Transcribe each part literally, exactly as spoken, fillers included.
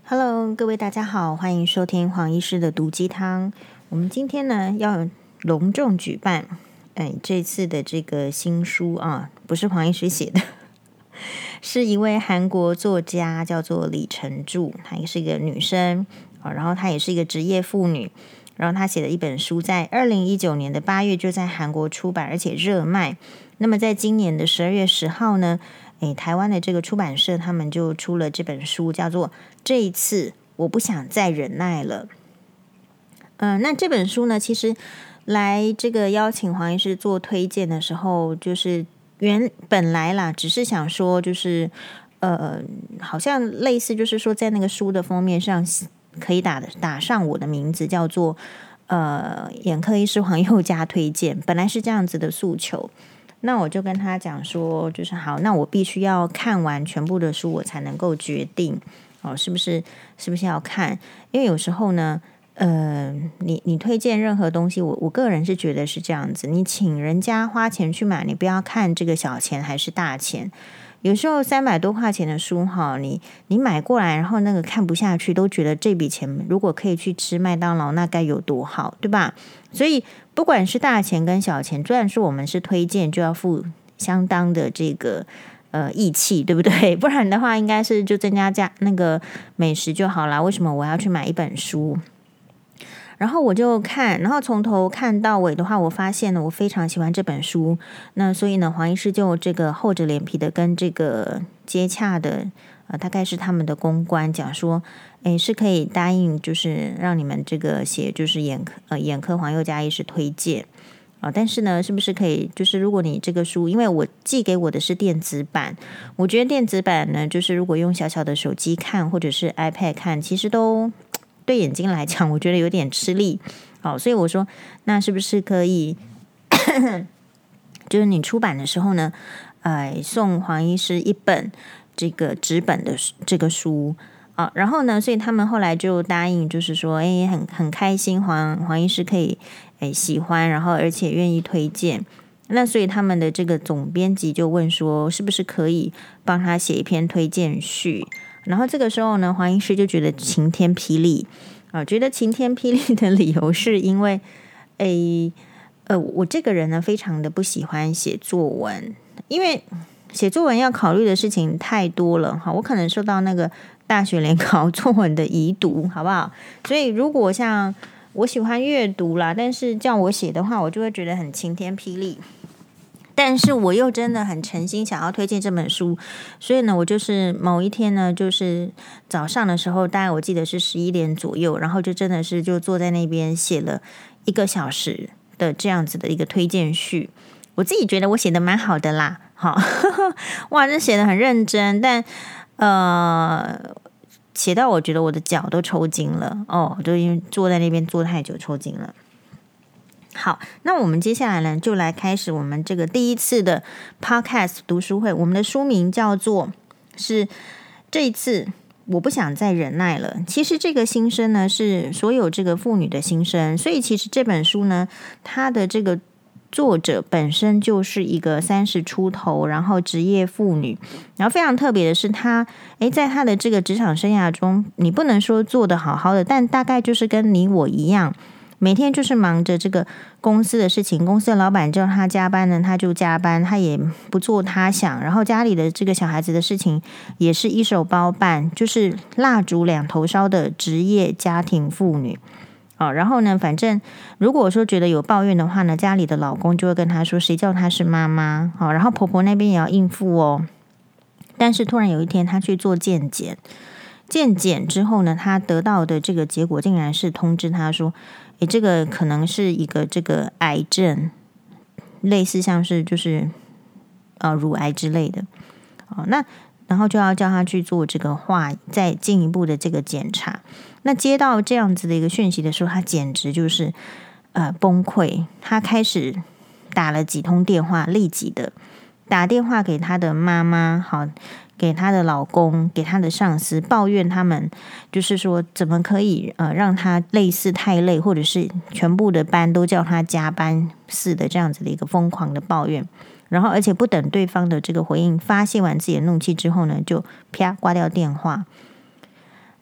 Hello，各位大家好，欢迎收听黄医师的毒鸡汤。我们今天呢要隆重举办，哎，这次的这个新书啊，不是黄医师写的，是一位韩国作家叫做李成柱，她也是一个女生啊，然后她也是一个职业妇女，然后她写的一本书，在二零一九年的八月就在韩国出版，而且热卖。那么在今年的十二月十号呢，诶，台湾的这个出版社他们就出了这本书，叫做《这一次我不想再忍耐了》。嗯、呃，那这本书呢，其实来这个邀请黄医师做推荐的时候，就是原本来啦，只是想说，就是呃，好像类似，就是说在那个书的封面上可以打打上我的名字，叫做呃眼科医师黄宥嘉推荐，本来是这样子的诉求。那我就跟他讲说，就是好，那我必须要看完全部的书，我才能够决定哦，是不是是不是要看？因为有时候呢，呃，你你推荐任何东西，我我个人是觉得是这样子，你请人家花钱去买，你不要看这个小钱还是大钱。有时候三百多块钱的书哈，你你买过来，然后那个看不下去，都觉得这笔钱如果可以去吃麦当劳，那该有多好，对吧？所以不管是大钱跟小钱，虽然说我们是推荐，就要付相当的这个呃义气，对不对？不然的话，应该是就增加价那个美食就好啦。为什么我要去买一本书？然后我就看，然后从头看到尾的话，我发现呢，我非常喜欢这本书。那所以呢，黄医师就这个厚着脸皮的跟这个接洽的，呃，大概是他们的公关讲说，诶，是可以答应，就是让你们这个写，就是眼科呃眼科黄宥嘉医师推荐啊、呃。但是呢，是不是可以，就是如果你这个书，因为我寄给我的是电子版，我觉得电子版呢，就是如果用小小的手机看或者是 iPad 看，其实都对眼睛来讲，我觉得有点吃力，好，所以我说，那是不是可以，就是你出版的时候呢，呃，送黄医师一本这个纸本的这个书啊，然后呢，所以他们后来就答应，就是说，哎，很很开心，黄黄医师可以哎喜欢，然后而且愿意推荐。那所以他们的这个总编辑就问说，是不是可以帮他写一篇推荐序？然后这个时候呢，黄医师就觉得晴天霹雳啊、呃！觉得晴天霹雳的理由是因为，诶，呃，我这个人呢非常的不喜欢写作文，因为写作文要考虑的事情太多了哈。我可能受到那个大学联考作文的遗毒，好不好？所以如果像我喜欢阅读啦，但是叫我写的话，我就会觉得很晴天霹雳。但是我又真的很诚心想要推荐这本书，所以呢，我就是某一天呢，就是早上的时候，大概我记得是十一点左右，然后就真的是就坐在那边写了一个小时的这样子的一个推荐序。我自己觉得我写的蛮好的啦，好，哇，这写的很认真，但呃，写到我觉得我的脚都抽筋了哦，就因为坐在那边坐太久抽筋了。好，那我们接下来呢，就来开始我们这个第一次的 Podcast 读书会。我们的书名叫做是这一次我不想再忍耐了。其实这个心声呢，是所有这个妇女的心声。所以其实这本书呢，它的这个作者本身就是一个三十出头，然后职业妇女。然后非常特别的是她，诶，在她的这个职场生涯中，你不能说做得好好的，但大概就是跟你我一样。每天就是忙着这个公司的事情，公司的老板叫他加班呢，他就加班，他也不做他想，然后家里的这个小孩子的事情也是一手包办，就是蜡烛两头烧的职业家庭妇女哦。然后呢，反正如果说觉得有抱怨的话呢，家里的老公就会跟他说，谁叫他是妈妈哦，然后婆婆那边也要应付哦。但是突然有一天，他去做健检，健检之后呢，他得到的这个结果竟然是通知他说，诶，这个可能是一个这个癌症，类似像是就是呃乳癌之类的哦。那然后就要叫他去做这个化，再进一步的这个检查。那接到这样子的一个讯息的时候，他简直就是呃崩溃。他开始打了几通电话，立即的打电话给他的妈妈，好。给她的老公，给她的上司抱怨他们，就是说怎么可以呃让她类似太累，或者是全部的班都叫她加班似的这样子的一个疯狂的抱怨，然后而且不等对方的这个回应，发泄完自己的怒气之后呢，就啪挂掉电话。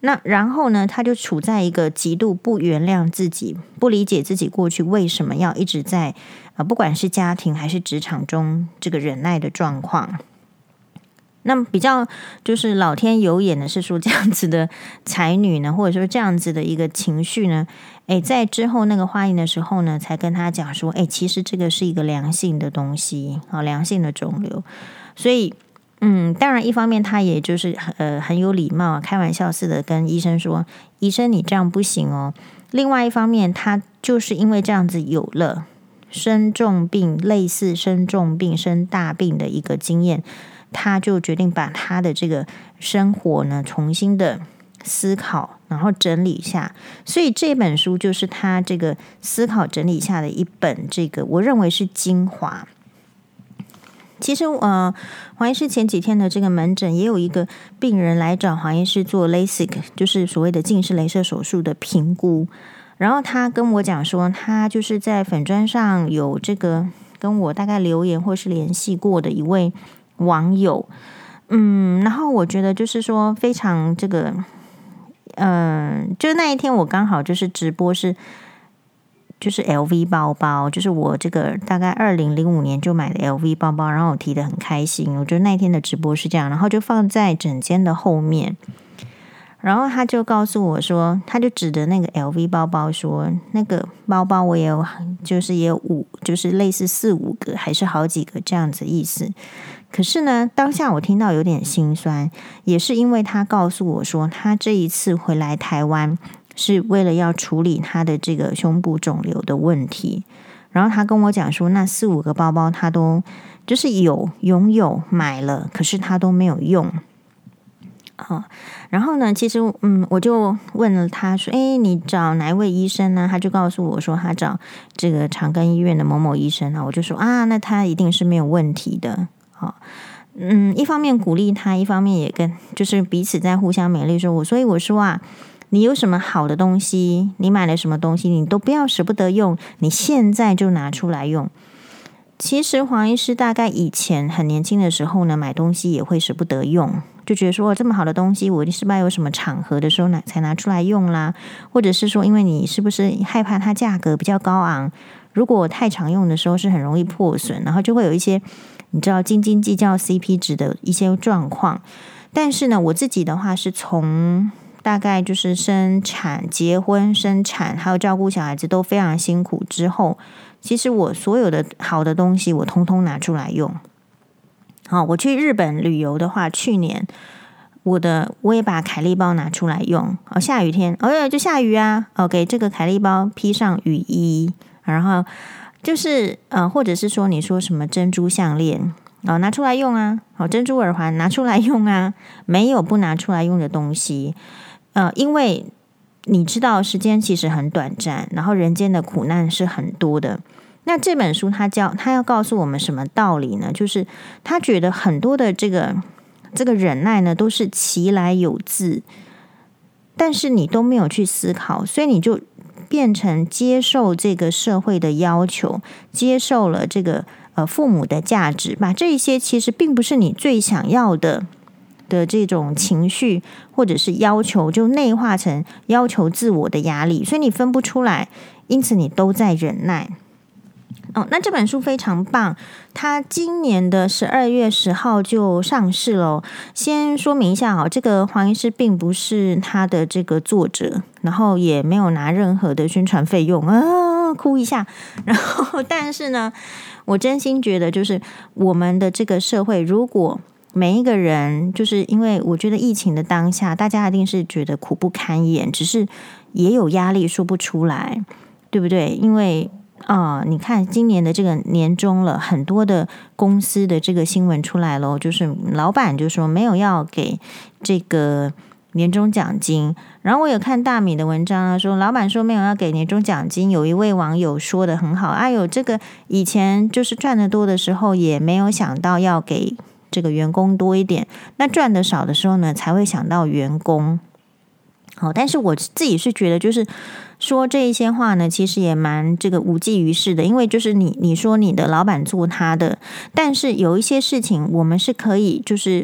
那然后呢，他就处在一个极度不原谅自己、不理解自己过去为什么要一直在呃，不管是家庭还是职场中这个忍耐的状况。那么比较就是老天有眼的是说，这样子的才女呢，或者说这样子的一个情绪呢，诶，在之后那个化验的时候呢，才跟他讲说，诶，其实这个是一个良性的东西啊，良性的肿瘤。所以，嗯，当然一方面他也就是呃很有礼貌，开玩笑似的跟医生说，医生你这样不行哦。另外一方面，他就是因为这样子有了生重病、类似生重病、生大病的一个经验。他就决定把他的这个生活呢重新的思考，然后整理一下。所以这本书就是他这个思考整理下的一本，这个我认为是精华。其实呃，黄医师前几天的这个门诊也有一个病人来找黄医师做 LASIK， 就是所谓的近视雷射手术的评估。然后他跟我讲说，他就是在粉专上有这个跟我大概留言或是联系过的一位网友，嗯，然后我觉得就是说非常这个，嗯、呃，就那一天我刚好就是直播是，就是 L V 包包，就是我这个大概二零零五年就买的 L V 包包，然后我提得很开心，我觉得那一天的直播是这样，然后就放在诊间的后面，然后他就告诉我说，他就指着那个 L V 包包说，那个包包我也有，就是也有五，就是类似四五个，还是好几个这样子意思。可是呢，当下我听到有点心酸，也是因为他告诉我说，他这一次回来台湾是为了要处理他的这个胸部肿瘤的问题。然后他跟我讲说，那四五个包包他都就是有拥有买了，可是他都没有用。哦，然后呢，其实嗯，我就问了他说，诶，你找哪一位医生呢？他就告诉我说，他找这个长庚医院的某某医生啊。我就说啊，那他一定是没有问题的。好，嗯，一方面鼓励他，一方面也跟就是彼此在互相勉励说，我所以我说啊，你有什么好的东西，你买了什么东西，你都不要舍不得用，你现在就拿出来用。其实黄医师大概以前很年轻的时候呢，买东西也会舍不得用，就觉得说这么好的东西，我是不是有什么场合的时候拿才拿出来用啦？或者是说，因为你是不是害怕它价格比较高昂，如果太常用的时候是很容易破损，然后就会有一些你知道斤斤计较 C P 值的一些状况。但是呢，我自己的话是从大概就是生产、结婚、生产，还有照顾小孩子都非常辛苦之后，其实我所有的好的东西我通通拿出来用。好，我去日本旅游的话，去年我的我也把凯利包拿出来用。哦，下雨天，哦，就下雨啊。OK， 这个凯利包披上雨衣，然后就是呃，或者是说你说什么珍珠项链，哦，拿出来用啊。好，珍珠耳环拿出来用啊，没有不拿出来用的东西。呃，因为你知道时间其实很短暂，然后人间的苦难是很多的。那这本书他教他要告诉我们什么道理呢？就是他觉得很多的这个这个忍耐呢，都是其来有自，但是你都没有去思考，所以你就变成接受这个社会的要求，接受了这个呃父母的价值，把这一些其实并不是你最想要的的这种情绪或者是要求，就内化成要求自我的压力，所以你分不出来，因此你都在忍耐。哦，那这本书非常棒，它今年的十二月十号就上市了。先说明一下哦，这个黄医师并不是他的这个作者，然后也没有拿任何的宣传费用啊，哭一下。然后，但是呢，我真心觉得，就是我们的这个社会，如果每一个人，就是因为我觉得疫情的当下，大家一定是觉得苦不堪言，只是也有压力说不出来，对不对？因为啊、呃，你看今年的这个年终了，很多的公司的这个新闻出来了，就是老板就说没有要给这个年终奖金。然后我有看大米的文章啊，说老板说没有要给年终奖金。有一位网友说的很好，哎呦，这个以前就是赚得多的时候，也没有想到要给这个员工多一点，那赚得少的时候呢，才会想到员工。好，但是我自己是觉得，就是说这一些话呢，其实也蛮这个无济于事的，因为就是你你说你的老板做他的，但是有一些事情我们是可以就是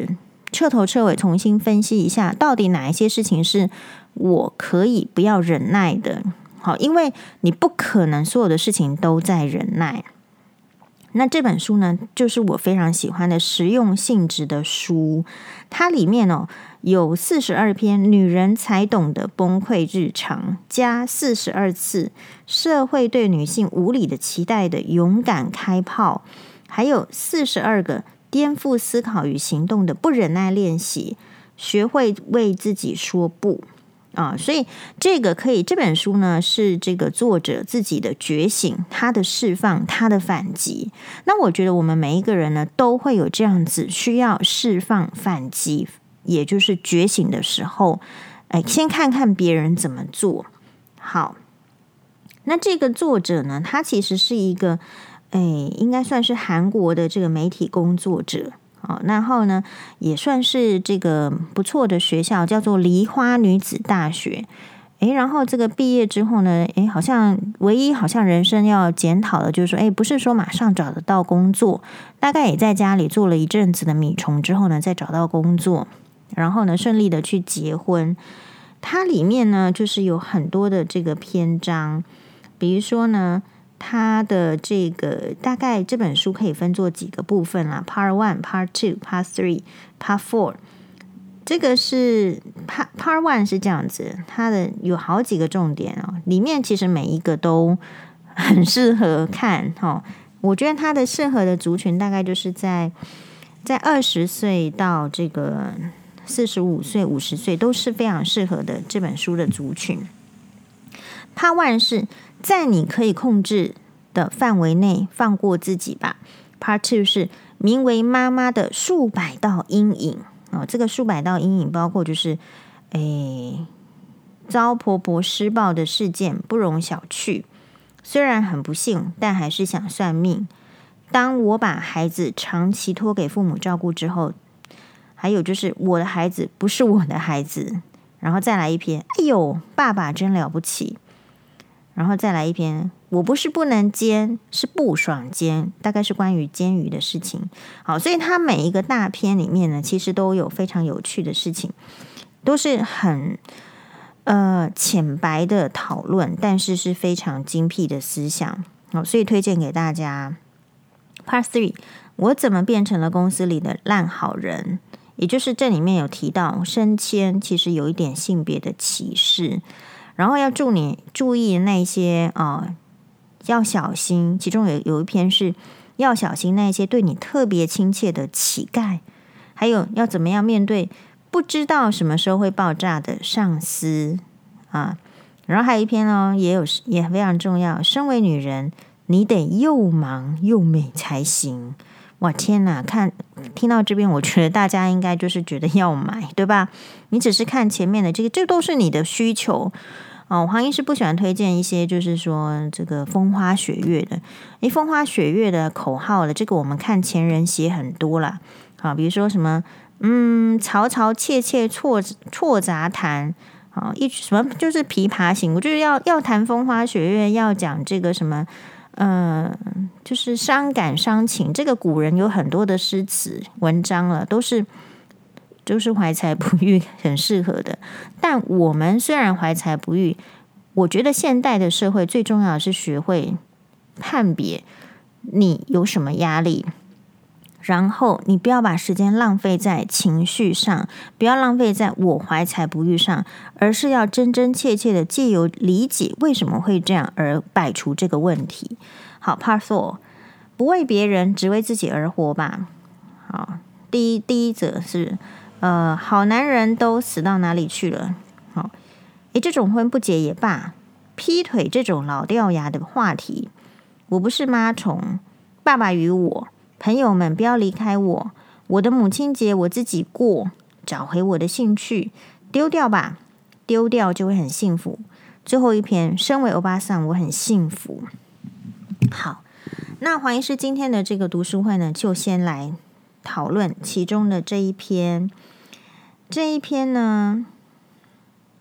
彻头彻尾重新分析一下，到底哪一些事情是我可以不要忍耐的。好，因为你不可能所有的事情都在忍耐。那这本书呢，就是我非常喜欢的实用性质的书，它里面哦有四十二篇女人才懂的崩溃日常，加四十二次社会对女性无理的期待的勇敢开炮，还有四十二个颠覆思考与行动的不忍耐练习，学会为自己说不。啊，所以这个可以，这本书呢是这个作者自己的觉醒，他的释放，他的反击。那我觉得我们每一个人呢都会有这样子需要释放、反击，也就是觉醒的时候。哎，先看看别人怎么做。好，那这个作者呢，他其实是一个，哎，应该算是韩国的这个媒体工作者。好，然后呢，也算是这个不错的学校，叫做梨花女子大学。诶，然后这个毕业之后呢，诶，好像唯一好像人生要检讨的，就是说，诶，不是说马上找得到工作，大概也在家里做了一阵子的米虫之后呢，再找到工作，然后呢，顺利的去结婚。它里面呢，就是有很多的这个篇章，比如说呢。它的这个大概这本书可以分作几个部分啦 ，Part One、Part Two、Part Three、Part Four。这个是 Part Part One 是这样子，它的有好几个重点哦，里面其实每一个都很适合看哦。我觉得它的适合的族群大概就是在在二十岁到这个四十五岁、五十岁都是非常适合的这本书的族群。Part One 是在你可以控制的范围内放过自己吧。Part Two 是名为妈妈的数百道阴影哦，这个数百道阴影包括就是诶遭婆婆施暴的事件不容小觑，虽然很不幸，但还是想算命。当我把孩子长期托给父母照顾之后，还有就是我的孩子不是我的孩子，然后再来一篇，哎呦，爸爸真了不起。然后再来一篇，我不是不能煎，是不爽煎，大概是关于煎鱼的事情。好，所以它每一个大篇里面呢，其实都有非常有趣的事情，都是很呃浅白的讨论，但是是非常精辟的思想。好，所以推荐给大家。Part Three， 我怎么变成了公司里的烂好人？也就是这里面有提到升迁其实有一点性别的歧视。然后要注你注意那些啊、呃，要小心。其中有有一篇是要小心那些对你特别亲切的乞丐，还有要怎么样面对不知道什么时候会爆炸的上司啊。然后还有一篇哦，也有也非常重要。身为女人，你得又忙又美才行。哇天哪！看听到这边，我觉得大家应该就是觉得要买，对吧？你只是看前面的这个，这都是你的需求。哦，黄医师不喜欢推荐一些就是说这个风花雪月的，诶，风花雪月的口号了，这个我们看前人写很多啦。好，比如说什么，嗯，嘈嘈切切错错杂谈，好一什么就是琵琶行，我就是要要谈风花雪月，要讲这个什么，呃，就是伤感伤情。这个古人有很多的诗词文章了，都是。就是怀才不遇很适合的，但我们虽然怀才不遇，我觉得现代的社会最重要的是学会判别你有什么压力，然后你不要把时间浪费在情绪上，不要浪费在我怀才不遇上，而是要真真切切的借由理解为什么会这样而摆除这个问题。好 Part Four， 不为别人只为自己而活吧。好，第一第一则是呃，好男人都死到哪里去了？好，诶，这种婚不结也罢，劈腿这种老掉牙的话题，我不是妈虫，爸爸与我，朋友们不要离开我，我的母亲节我自己过，找回我的兴趣，丢掉吧，丢掉就会很幸福。最后一篇，身为欧巴桑，我很幸福。好，那黄医师今天的这个读书会呢，就先来讨论其中的这一篇。这一篇呢，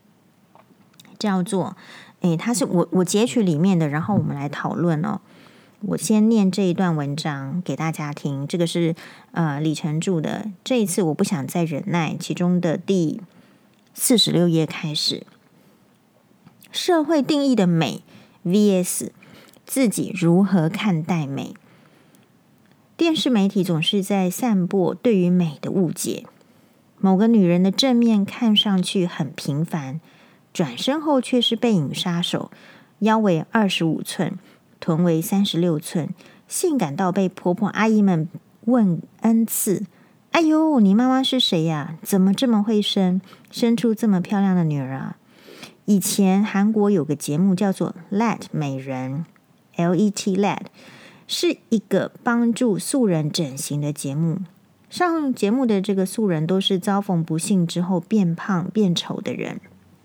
叫做，诶，它是我我截取里面的，然后我们来讨论哦。 我先念这一段文章给大家听，这个是呃李晨著的。这一次我不想再忍耐，其中的第四十六页开始，社会定义的美 V S 自己如何看待美。电视媒体总是在散播对于美的误解，某个女人的正面看上去很平凡，转身后却是背影杀手，腰围二十五寸，臀围三十六寸，性感到被婆婆阿姨们问 N 次：哎呦，你妈妈是谁呀？怎么这么会生，生出这么漂亮的女儿啊？以前韩国有个节目叫做 L E T 美人 L E T L E T， 是一个帮助素人整形的节目。上节目的这个素人都是遭逢不幸之后变胖变丑的人。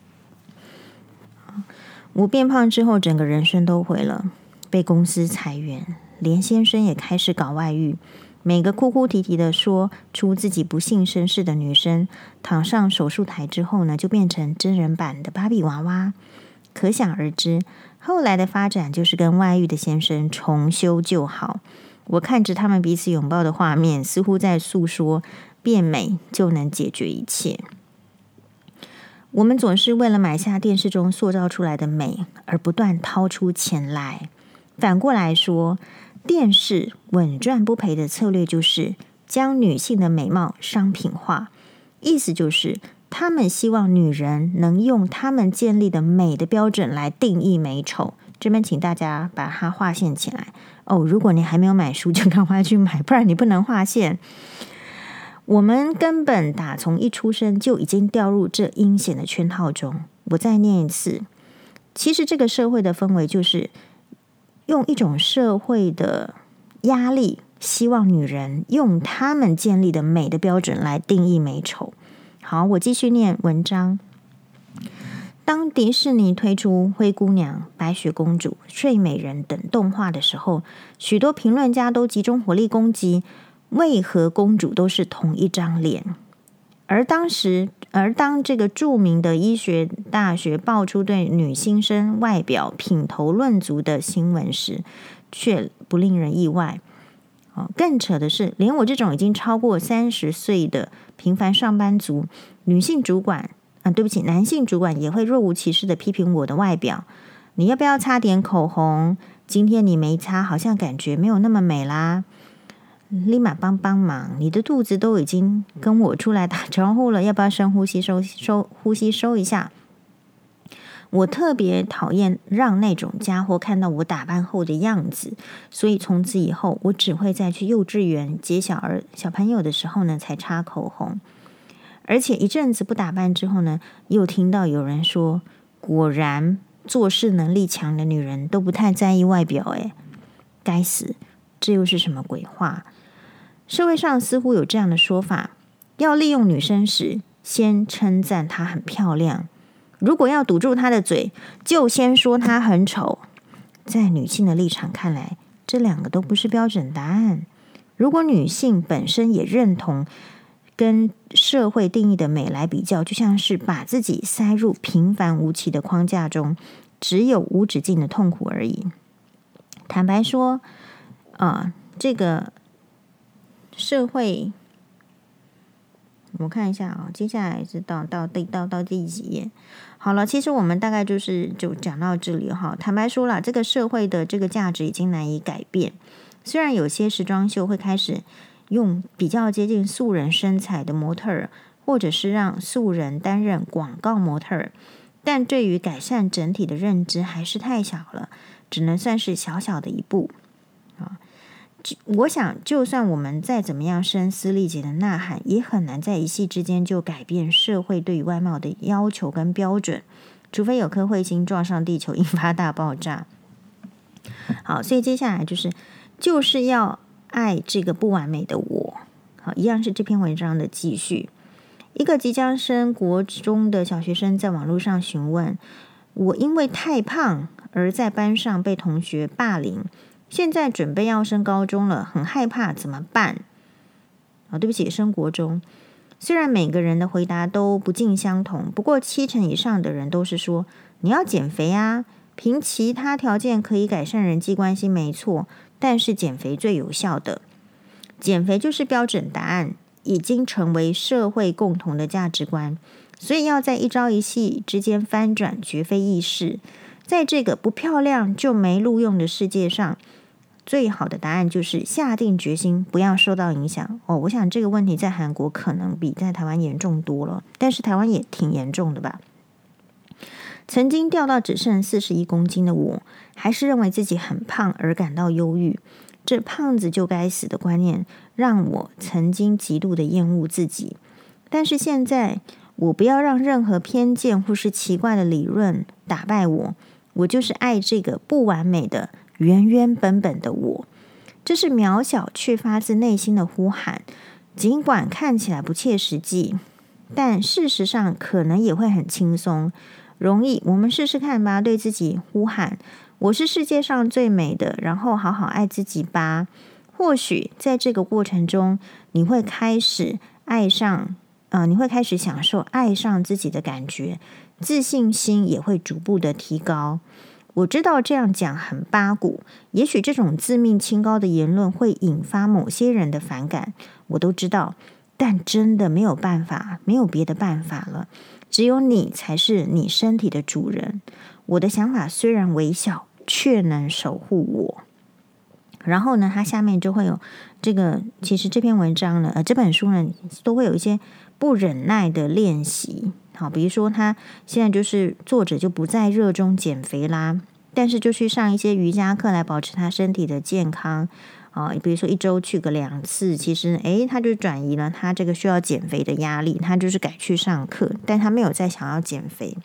我变胖之后整个人生都毁了，被公司裁员，连先生也开始搞外遇。每个哭哭啼啼的说出自己不幸身世的女生，躺上手术台之后呢，就变成真人版的芭比娃娃。可想而知，后来的发展就是跟外遇的先生重修旧好。我看着他们彼此拥抱的画面，似乎在诉说变美就能解决一切。我们总是为了买下电视中塑造出来的美而不断掏出钱来。反过来说，电视稳赚不赔的策略就是将女性的美貌商品化，意思就是他们希望女人能用他们建立的美的标准来定义美丑。这边请大家把它划线起来哦。如果你还没有买书，就赶快去买，不然你不能划线。我们根本打从一出生就已经掉入这阴险的圈套中。我再念一次，其实这个社会的氛围就是用一种社会的压力，希望女人用他们建立的美的标准来定义美丑。好，我继续念文章。当迪士尼推出灰姑娘、白雪公主、睡美人等动画的时候，许多评论家都集中火力攻击为何公主都是同一张脸。而当时而当这个著名的医学大学爆出对女新生外表品头论足的新闻时，却不令人意外。哦，更扯的是，连我这种已经超过三十岁的平凡上班族，女性主管啊，对不起，男性主管也会若无其事的批评我的外表。你要不要擦点口红？今天你没擦，好像感觉没有那么美啦。立马帮帮忙，你的肚子都已经跟我出来打招呼了，要不要深呼吸收收呼吸收一下？我特别讨厌让那种家伙看到我打扮后的样子，所以从此以后，我只会在去幼稚园接小儿小朋友的时候呢，才擦口红。而且一阵子不打扮之后呢，又听到有人说，果然做事能力强的女人都不太在意外表。诶，该死，这又是什么鬼话？社会上似乎有这样的说法，要利用女生时，先称赞她很漂亮。如果要堵住她的嘴，就先说她很丑。在女性的立场看来，这两个都不是标准答案。如果女性本身也认同跟社会定义的美来比较，就像是把自己塞入平凡无奇的框架中，只有无止境的痛苦而已。坦白说，啊、呃，这个社会，我看一下啊、哦，接下来是到到第到到第几页？好了，其实我们大概就是就讲到这里哈。坦白说了，这个社会的这个价值已经难以改变。虽然有些时装秀会开始用比较接近素人身材的模特儿，或者是让素人担任广告模特儿，但对于改善整体的认知还是太小了，只能算是小小的一步啊。我想，就算我们再怎么样声嘶力竭的呐喊，也很难在一夕之间就改变社会对于外貌的要求跟标准，除非有颗彗星撞上地球，引发大爆炸。好，所以接下来就是就是要爱这个不完美的我。好，一样是这篇文章的继续。一个即将升国中的小学生在网络上询问，我因为太胖而在班上被同学霸凌，现在准备要升高中了，很害怕，怎么办？哦，对不起，升国中。虽然每个人的回答都不尽相同，不过七成以上的人都是说你要减肥啊， 凭其他条件可以改善人际关系没错，但是减肥最有效的，减肥就是标准答案，已经成为社会共同的价值观，所以要在一朝一夕之间翻转，绝非易事。在这个不漂亮就没录用的世界上，最好的答案就是下定决心不要受到影响。哦，我想这个问题在韩国可能比在台湾严重多了，但是台湾也挺严重的吧。曾经掉到只剩四十一公斤的我，还是认为自己很胖而感到忧郁。这胖子就该死的观念，让我曾经极度的厌恶自己。但是现在，我不要让任何偏见或是奇怪的理论打败我。我就是爱这个不完美的原原本本的我。这是渺小却发自内心的呼喊，尽管看起来不切实际，但事实上可能也会很轻松容易。我们试试看吧，对自己呼喊，我是世界上最美的，然后好好爱自己吧。或许在这个过程中，你会开始爱上呃，你会开始享受爱上自己的感觉，自信心也会逐步的提高。我知道这样讲很八股，也许这种自命清高的言论会引发某些人的反感，我都知道，但真的没有办法，没有别的办法了。只有你才是你身体的主人。我的想法虽然微小，却能守护我。然后呢，它下面就会有这个，其实这篇文章呢，呃，这本书呢，都会有一些不忍耐的练习。好，比如说他现在就是作者就不再热衷减肥啦，但是就去上一些瑜伽课来保持他身体的健康啊。比如说一周去个两次，其实诶，他就转移了他这个需要减肥的压力，他就是改去上课，但他没有再想要减肥。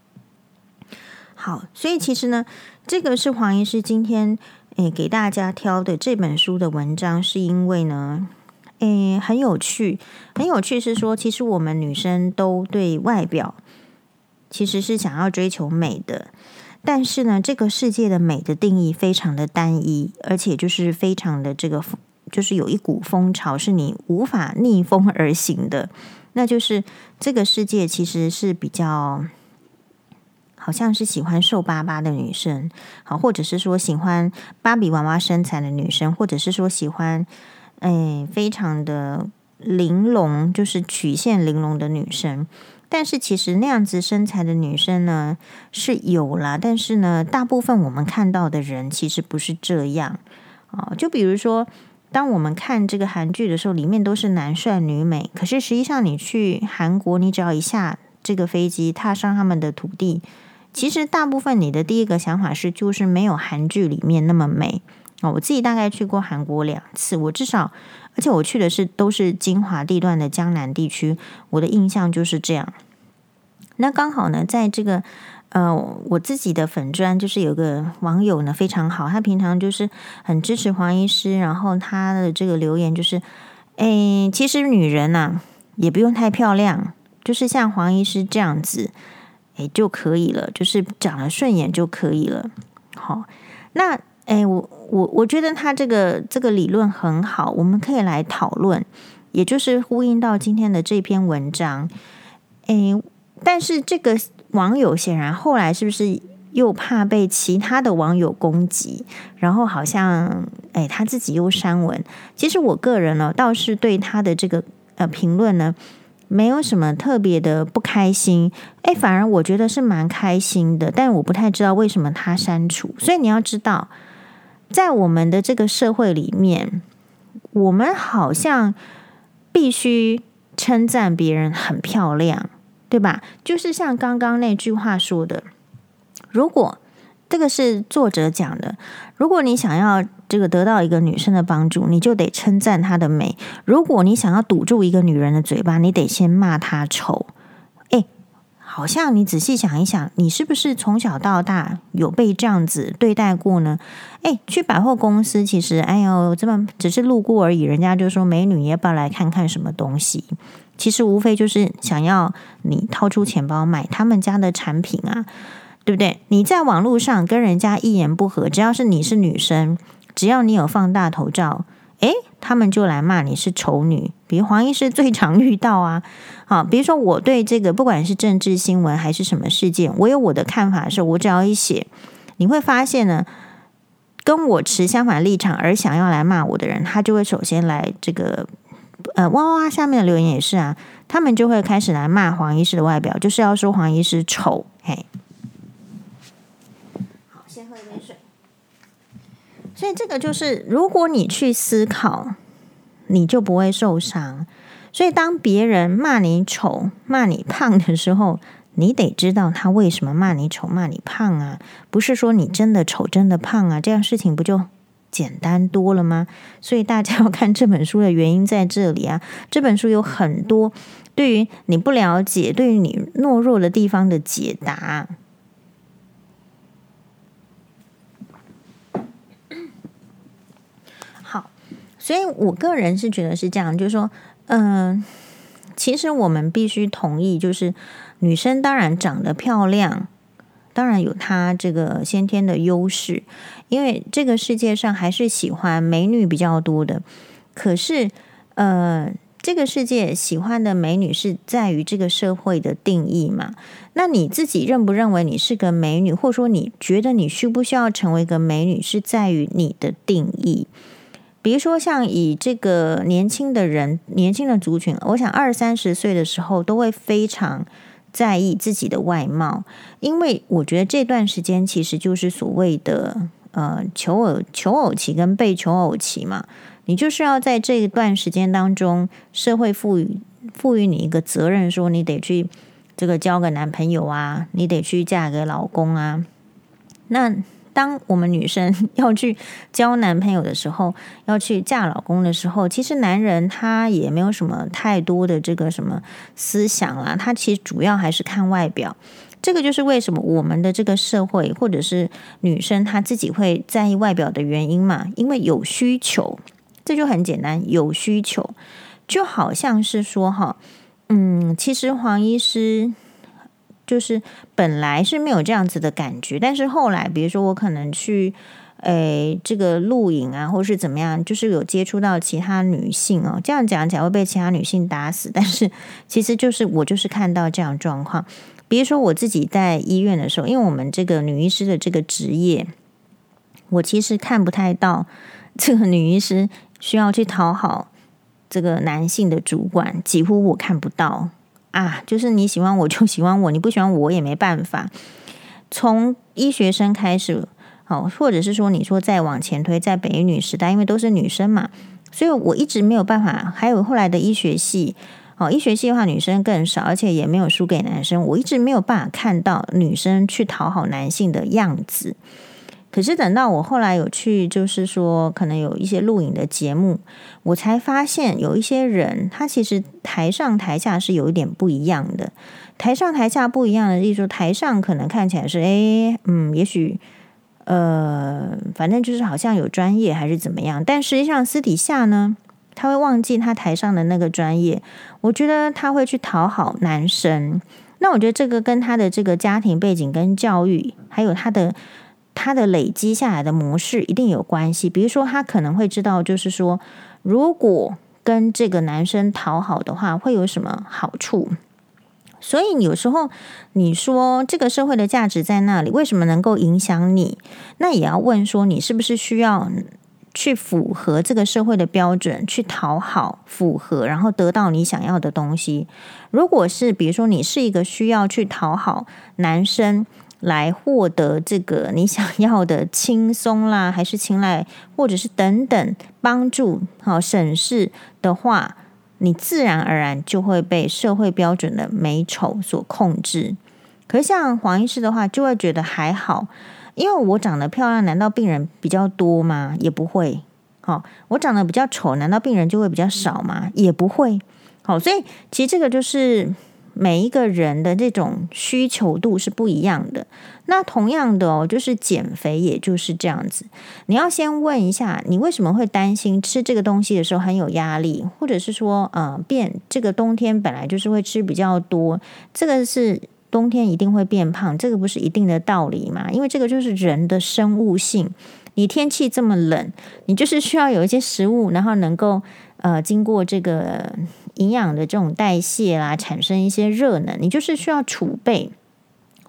好，所以其实呢，这个是黄医师今天诶给大家挑的这本书的文章，是因为呢。诶，很有趣，很有趣是说，其实我们女生都对外表其实是想要追求美的，但是呢，这个世界的美的定义非常的单一，而且就是非常的这个，就是有一股风潮是你无法逆风而行的，那就是这个世界其实是比较。好像是喜欢瘦巴巴的女生，好，或者是说喜欢芭比娃娃身材的女生，或者是说喜欢。哎，非常的玲珑，就是曲线玲珑的女生。但是其实那样子身材的女生呢是有啦，但是呢，大部分我们看到的人其实不是这样啊。就比如说，当我们看这个韩剧的时候，里面都是男帅女美，可是实际上你去韩国，你只要一下这个飞机，踏上他们的土地，其实大部分你的第一个想法是，就是没有韩剧里面那么美。哦，我自己大概去过韩国两次，我至少，而且我去的是都是精华地段的江南地区，我的印象就是这样。那刚好呢，在这个呃我自己的粉专，就是有个网友呢非常好，他平常就是很支持黄医师，然后他的这个留言就是，诶，其实女人啊也不用太漂亮，就是像黄医师这样子，诶就可以了，就是长得顺眼就可以了。好，那。哎，我我我觉得他这个这个理论很好，我们可以来讨论，也就是呼应到今天的这篇文章。哎，但是这个网友显然后来是不是又怕被其他的网友攻击，然后好像哎他自己又删文。其实我个人呢，倒是对他的这个呃评论呢，没有什么特别的不开心，哎，反而我觉得是蛮开心的，但我不太知道为什么他删除。所以你要知道。在我们的这个社会里面，我们好像必须称赞别人很漂亮，对吧？就是像刚刚那句话说的，如果这个是作者讲的，如果你想要这个得到一个女生的帮助，你就得称赞她的美；如果你想要堵住一个女人的嘴巴，你得先骂她丑。好像你仔细想一想，你是不是从小到大有被这样子对待过呢？哎，去百货公司，其实哎呦，这么只是路过而已，人家就说美女，你要不要来看看什么东西？其实无非就是想要你掏出钱包买他们家的产品啊，对不对？你在网络上跟人家一言不合，只要是你是女生，只要你有放大头照，诶，他们就来骂你是丑女，比如黄医师最常遇到啊。好，比如说我对这个不管是政治新闻还是什么事件，我有我的看法的时候，我只要一写， 你会发现呢，跟我持相反立场而想要来骂我的人，他就会首先来这个呃哇哇哇下面的留言也是啊，他们就会开始来骂黄医师的外表，就是要说黄医师丑。嘿，好，先喝一杯水。所以这个就是，如果你去思考，你就不会受伤。所以当别人骂你丑、骂你胖的时候，你得知道他为什么骂你丑、骂你胖啊，不是说你真的丑、真的胖啊，这样事情不就简单多了吗？所以大家要看这本书的原因在这里啊。这本书有很多对于你不了解、对于你懦弱的地方的解答。好，所以我个人是觉得是这样，就是说，嗯、呃，其实我们必须同意，就是女生当然长得漂亮，当然有她这个先天的优势，因为这个世界上还是喜欢美女比较多的。可是，呃，这个世界喜欢的美女是在于这个社会的定义嘛？那你自己认不认为你是个美女，或者说你觉得你需不需要成为一个美女，是在于你的定义。比如说，像以这个年轻的人、年轻的族群，我想二三十岁的时候都会非常在意自己的外貌，因为我觉得这段时间其实就是所谓的呃求偶求偶期跟被求偶期嘛。你就是要在这一段时间当中，社会赋予赋予你一个责任，说你得去这个交个男朋友啊，你得去嫁给老公啊。那当我们女生要去交男朋友的时候，要去嫁老公的时候，其实男人他也没有什么太多的这个什么思想啦，他其实主要还是看外表。这个就是为什么我们的这个社会或者是女生她自己会在意外表的原因嘛，因为有需求，这就很简单，有需求。就好像是说哈，嗯，其实黄医师就是本来是没有这样子的感觉，但是后来比如说我可能去诶这个录影啊，或是怎么样，就是有接触到其他女性哦，这样讲起来会被其他女性打死，但是其实就是我就是看到这样状况。比如说我自己在医院的时候，因为我们这个女医师的这个职业，我其实看不太到这个女医师需要去讨好这个男性的主管，几乎我看不到啊，就是你喜欢我就喜欢我，你不喜欢我也没办法。从医学生开始，好，或者是说你说再往前推，在北一女时代，因为都是女生嘛，所以我一直没有办法。还有后来的医学系，哦，医学系的话女生更少，而且也没有输给男生，我一直没有办法看到女生去讨好男性的样子。可是等到我后来有去，就是说可能有一些录影的节目，我才发现有一些人他其实台上台下是有一点不一样的。台上台下不一样的意思说，台上可能看起来是诶嗯也许呃反正就是好像有专业还是怎么样，但实际上私底下呢，他会忘记他台上的那个专业。我觉得他会去讨好男生，那我觉得这个跟他的这个家庭背景跟教育，还有他的他的累积下来的模式一定有关系。比如说他可能会知道，就是说如果跟这个男生讨好的话会有什么好处。所以有时候你说这个社会的价值在那里，为什么能够影响你？那也要问说你是不是需要去符合这个社会的标准，去讨好符合，然后得到你想要的东西。如果是比如说你是一个需要去讨好男生来获得这个你想要的轻松啦，还是青睐，或者是等等帮助好审视的话，你自然而然就会被社会标准的美丑所控制。可是像黄医师的话，就会觉得还好，因为我长得漂亮，难道病人比较多吗？也不会。好，我长得比较丑，难道病人就会比较少吗？也不会。好，所以其实这个就是每一个人的这种需求度是不一样的。那同样的哦，就是减肥也就是这样子。你要先问一下，你为什么会担心吃这个东西的时候很有压力，或者是说呃，变这个冬天本来就是会吃比较多，这个是冬天一定会变胖，这个不是一定的道理嘛？因为这个就是人的生物性。你天气这么冷，你就是需要有一些食物，然后能够呃经过这个营养的这种代谢啦，产生一些热能，你就是需要储备。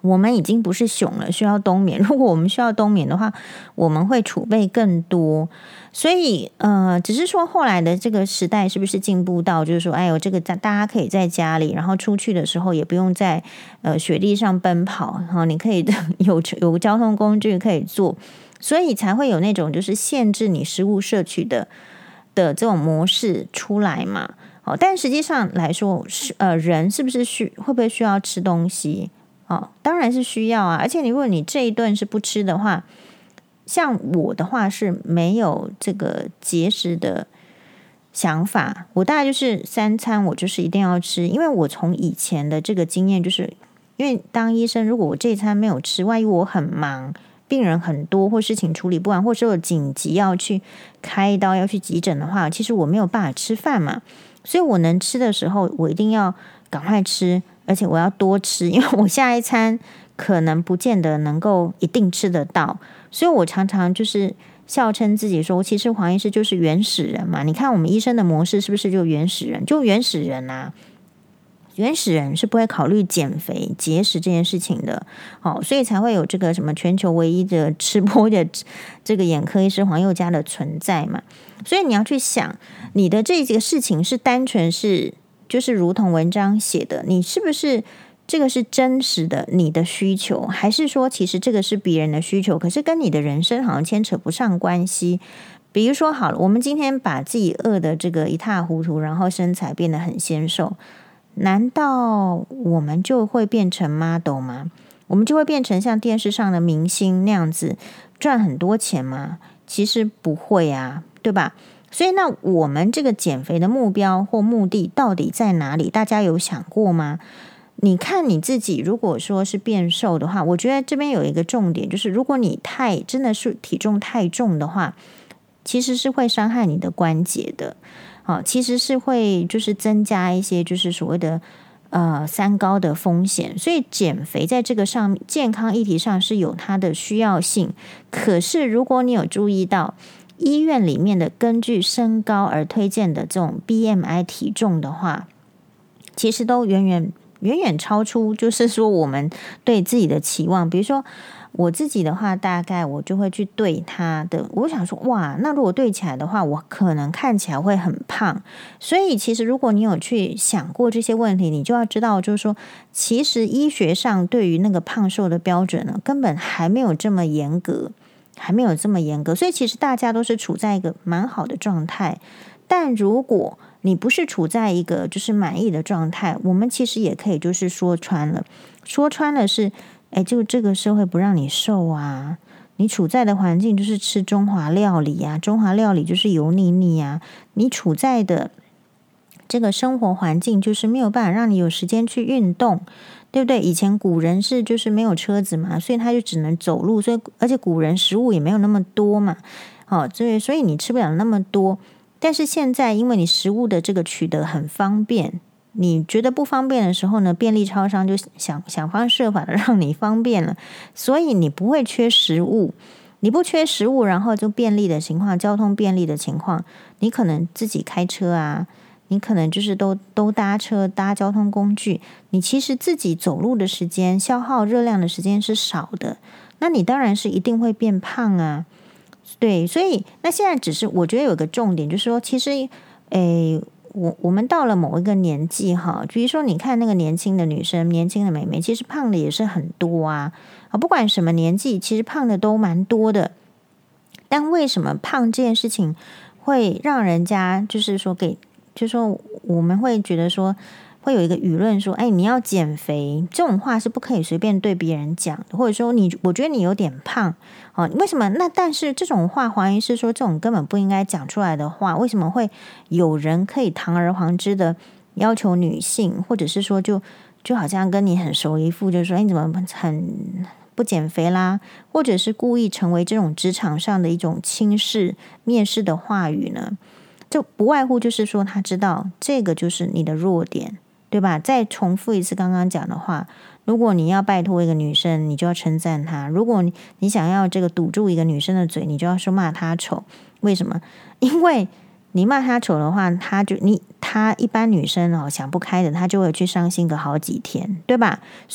我们已经不是熊了，需要冬眠。如果我们需要冬眠的话，我们会储备更多。所以呃，只是说后来的这个时代是不是进步到，就是说，哎呦，这个大家可以在家里，然后出去的时候也不用在呃雪地上奔跑，然后你可以有有交通工具可以坐，所以才会有那种就是限制你食物摄取的的这种模式出来嘛。哦，但实际上来说，是呃，人是不是需会不会需要吃东西？哦，当然是需要啊。而且你如果你这一顿是不吃的话，像我的话是没有这个节食的想法，我大概就是三餐我就是一定要吃，因为我从以前的这个经验，就是因为当医生，如果我这一餐没有吃，万一我很忙，病人很多或事情处理不完，或是有紧急要去开刀要去急诊的话，其实我没有办法吃饭嘛。所以我能吃的时候，我一定要赶快吃，而且我要多吃，因为我下一餐可能不见得能够一定吃得到。所以我常常就是笑称自己说，其实黄医师就是原始人嘛。你看我们医生的模式是不是就原始人？就原始人啊，原始人是不会考虑减肥节食这件事情的。哦，所以才会有这个什么全球唯一的吃播的这个眼科医师黄宥嘉的存在嘛。所以你要去想，你的这个事情是单纯是就是如同文章写的，你是不是这个是真实的你的需求，还是说其实这个是别人的需求，可是跟你的人生好像牵扯不上关系。比如说好了，我们今天把自己饿的这个一塌糊涂，然后身材变得很纤瘦，难道我们就会变成 model 吗？我们就会变成像电视上的明星那样子赚很多钱吗？其实不会啊，对吧？所以那我们这个减肥的目标或目的到底在哪里？大家有想过吗？你看你自己，如果说是变瘦的话，我觉得这边有一个重点，就是如果你太真的是体重太重的话，其实是会伤害你的关节的。好，其实是会就是增加一些就是所谓的呃三高的风险。所以减肥在这个上健康议题上是有它的需要性。可是如果你有注意到医院里面的根据身高而推荐的这种 B M I 体重的话，其实都远远远远超出就是说我们对自己的期望。比如说我自己的话，大概我就会去对他的，我想说哇，那如果对起来的话，我可能看起来会很胖。所以其实如果你有去想过这些问题，你就要知道就是说，其实医学上对于那个胖瘦的标准呢，根本还没有这么严格还没有这么严格，所以其实大家都是处在一个蛮好的状态。但如果你不是处在一个就是满意的状态，我们其实也可以就是说穿了，说穿了是，哎，就这个社会不让你瘦啊，你处在的环境就是吃中华料理啊，中华料理就是油腻腻啊，你处在的这个生活环境就是没有办法让你有时间去运动，对不对？以前古人是就是没有车子嘛，所以他就只能走路，所以而且古人食物也没有那么多嘛，好、哦，所以所以你吃不了那么多。但是现在因为你食物的这个取得很方便，你觉得不方便的时候呢，便利超商就想想方设法的让你方便了，所以你不会缺食物。你不缺食物，然后就便利的情况，交通便利的情况，你可能自己开车啊，你可能就是都都搭车搭交通工具，你其实自己走路的时间消耗热量的时间是少的，那你当然是一定会变胖啊。对，所以那现在只是我觉得有个重点，就是说，其实，诶，我我们到了某一个年纪哈，比如说你看那个年轻的女生、年轻的妹妹，其实胖的也是很多啊，啊，不管什么年纪，其实胖的都蛮多的。但为什么胖这件事情会让人家就是说给，就是说我们会觉得说，会有一个舆论说，哎，你要减肥，这种话是不可以随便对别人讲的，或者说你，我觉得你有点胖，哦，为什么？那但是这种话，黄医师说这种根本不应该讲出来的话，为什么会有人可以堂而皇之的要求女性，或者是说就就好像跟你很熟一副，就是说，哎，你怎么很不减肥啦，或者是故意成为这种职场上的一种轻视、蔑视的话语呢？就不外乎就是说，他知道这个就是你的弱点。对吧？再重复一次刚刚讲的话，如果你要拜托一个女生，你就要称赞她；如果你你想要这个堵住一个女生的嘴，你就要说骂她丑。为什么？因为你骂她丑的话，她就你她一般女生哦想不开的，她就会去伤心个好几天，对吧？所以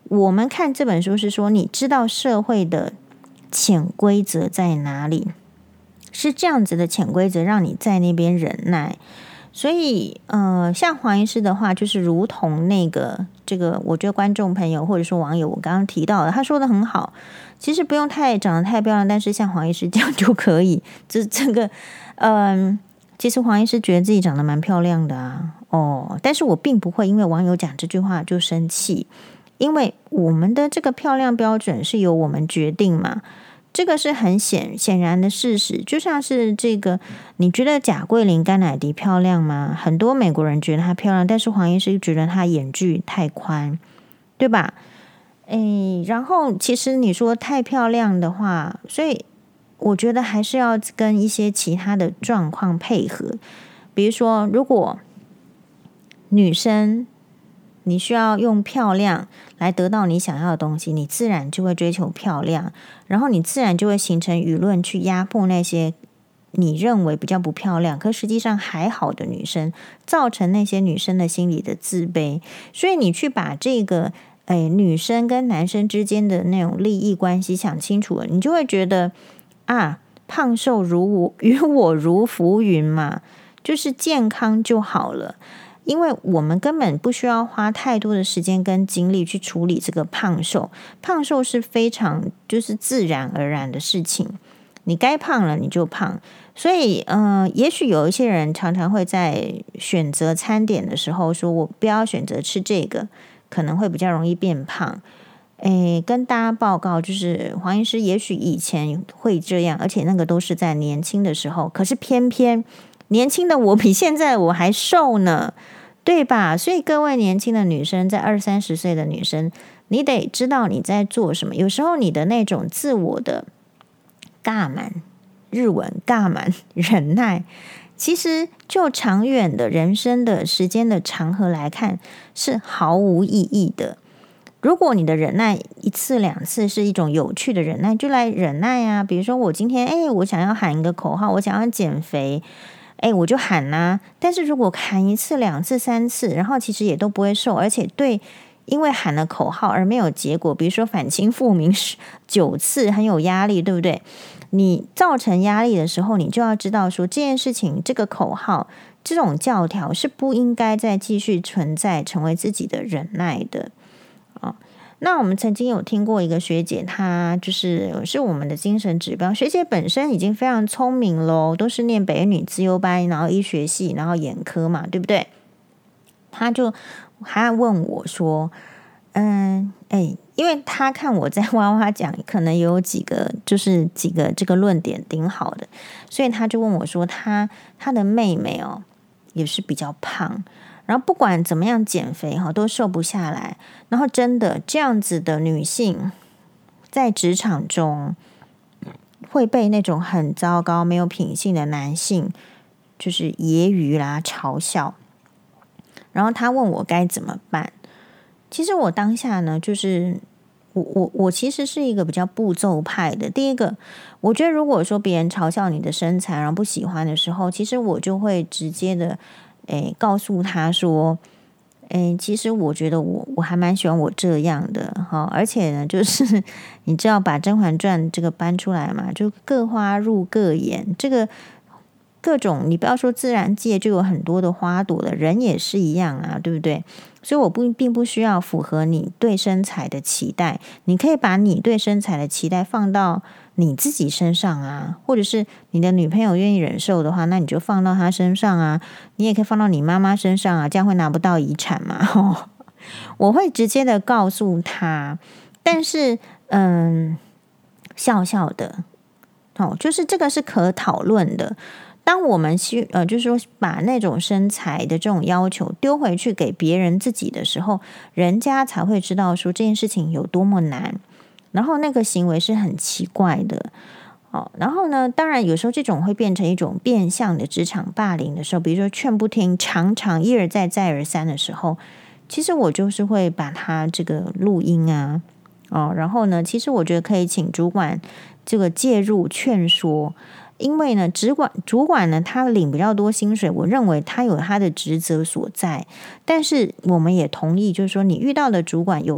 我们看这本书是说，你知道社会的潜规则在哪里，是这样子的潜规则让你在那边忍耐。所以呃，像黄医师的话，就是如同那个这个，我觉得观众朋友或者说网友，我刚刚提到的，他说的很好，其实不用太长得太漂亮，但是像黄医师这样就可以。这这个嗯、呃，其实黄医师觉得自己长得蛮漂亮的啊，哦，但是我并不会因为网友讲这句话就生气，因为我们的这个漂亮标准是由我们决定嘛。这个是很显显然的事实，就像是这个，你觉得贾桂林、甘乃迪漂亮吗？很多美国人觉得她漂亮，但是黄医师觉得她眼距太宽，对吧？诶，然后其实你说太漂亮的话，所以我觉得还是要跟一些其他的状况配合，比如说，如果女生你需要用漂亮来得到你想要的东西，你自然就会追求漂亮，然后你自然就会形成舆论去压迫那些你认为比较不漂亮可实际上还好的女生，造成那些女生的心理的自卑。所以你去把这个诶女生跟男生之间的那种利益关系想清楚了，你就会觉得啊，胖瘦如我与我如浮云嘛，就是健康就好了。因为我们根本不需要花太多的时间跟精力去处理这个胖瘦，胖瘦是非常就是自然而然的事情，你该胖了你就胖。所以呃，也许有一些人常常会在选择餐点的时候说，我不要选择吃这个，可能会比较容易变胖。诶，跟大家报告，就是黄医师也许以前会这样，而且那个都是在年轻的时候，可是偏偏年轻的我比现在我还瘦呢，对吧？所以各位年轻的女生，在二三十岁的女生，你得知道你在做什么。有时候你的那种自我的尬满，日文尬满忍耐，其实就长远的人生的时间的长河来看，是毫无意义的。如果你的忍耐一次两次是一种有趣的忍耐，就来忍耐啊。比如说我今天哎，我想要喊一个口号，我想要减肥，哎，我就喊啊。但是如果喊一次两次三次，然后其实也都不会瘦，而且对因为喊了口号而没有结果，比如说反清复明九次很有压力，对不对？你造成压力的时候，你就要知道说这件事情，这个口号这种教条是不应该再继续存在，成为自己的忍耐的。哦，那我们曾经有听过一个学姐，她就是是我们的精神指标。学姐本身已经非常聪明咯，都是念北女资优班，然后医学系，然后眼科嘛，对不对？她就还问我说：“嗯，哎，因为她看我在哇哇讲，可能有几个就是几个这个论点顶好的，所以她就问我说，她她的妹妹哦也是比较胖。”然后不管怎么样减肥哈，都瘦不下来。然后真的这样子的女性，在职场中会被那种很糟糕、没有品性的男性，就是揶揄啦、嘲笑。然后他问我该怎么办。其实我当下呢，就是我我我其实是一个比较步骤派的。第一个，我觉得如果说别人嘲笑你的身材，然后不喜欢的时候，其实我就会直接的。诶，告诉他说，诶，其实我觉得我我还蛮喜欢我这样的哈，而且呢，就是你知道把《甄嬛传》这个搬出来嘛，就各花入各眼，这个各种你不要说自然界就有很多的花朵了，人也是一样啊，对不对？所以我不并不需要符合你对身材的期待，你可以把你对身材的期待放到你自己身上啊，或者是你的女朋友愿意忍受的话，那你就放到她身上啊，你也可以放到你妈妈身上啊，这样会拿不到遗产嘛。哦、我会直接的告诉她，但是嗯，笑笑的，哦，就是这个是可讨论的。当我们需呃，就是说把那种身材的这种要求丢回去给别人自己的时候，人家才会知道说这件事情有多么难，然后那个行为是很奇怪的。哦，然后呢，当然有时候这种会变成一种变相的职场霸凌的时候，比如说劝不听，常常一而再再而三的时候，其实我就是会把它这个录音啊，哦，然后呢，其实我觉得可以请主管这个介入劝说。因为呢，主管主管呢，他领比较多薪水，我认为他有他的职责所在。但是我们也同意，就是说，你遇到的主管有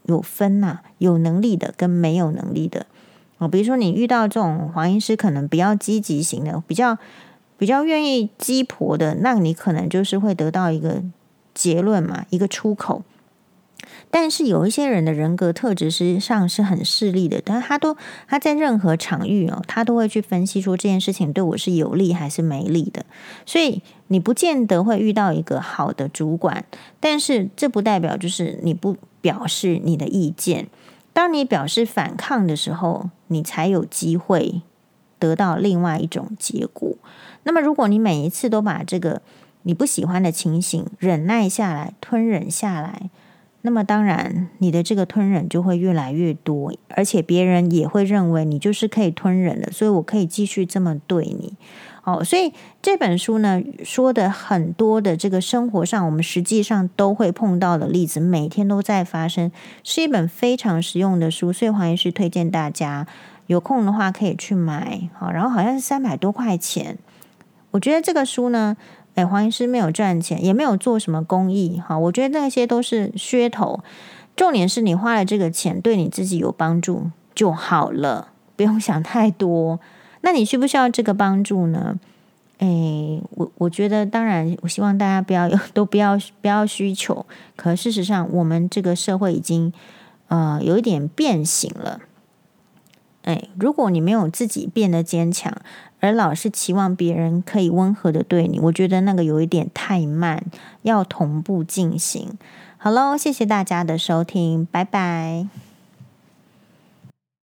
有分呐、啊，有能力的跟没有能力的哦。比如说你遇到这种黄医师可能比较积极型的，比较比较愿意鸡婆的，那你可能就是会得到一个结论嘛，一个出口。但是有一些人的人格特质实际上是很势利的，但是他都他在任何场域哦，他都会去分析说这件事情对我是有利还是没利的。所以你不见得会遇到一个好的主管，但是这不代表就是你不表示你的意见。当你表示反抗的时候，你才有机会得到另外一种结果。那么如果你每一次都把这个你不喜欢的情形忍耐下来，吞忍下来，那么当然你的这个吞忍就会越来越多，而且别人也会认为你就是可以吞忍的，所以我可以继续这么对你。哦，所以这本书呢说的很多的这个生活上我们实际上都会碰到的例子，每天都在发生，是一本非常实用的书，所以黄医师推荐大家有空的话可以去买。好，然后好像是三百多块钱。我觉得这个书呢，哎，黄医师没有赚钱，也没有做什么公益，哈，我觉得那些都是噱头。重点是你花了这个钱，对你自己有帮助就好了，不用想太多。那你需不需要这个帮助呢？哎，我我觉得当然，我希望大家不要有都不要不要需求。可事实上，我们这个社会已经呃有一点变形了。哎，如果你没有自己变得坚强，而老是期望别人可以温和的对你，我觉得那个有一点太慢，要同步进行。好喽，谢谢大家的收听，拜拜。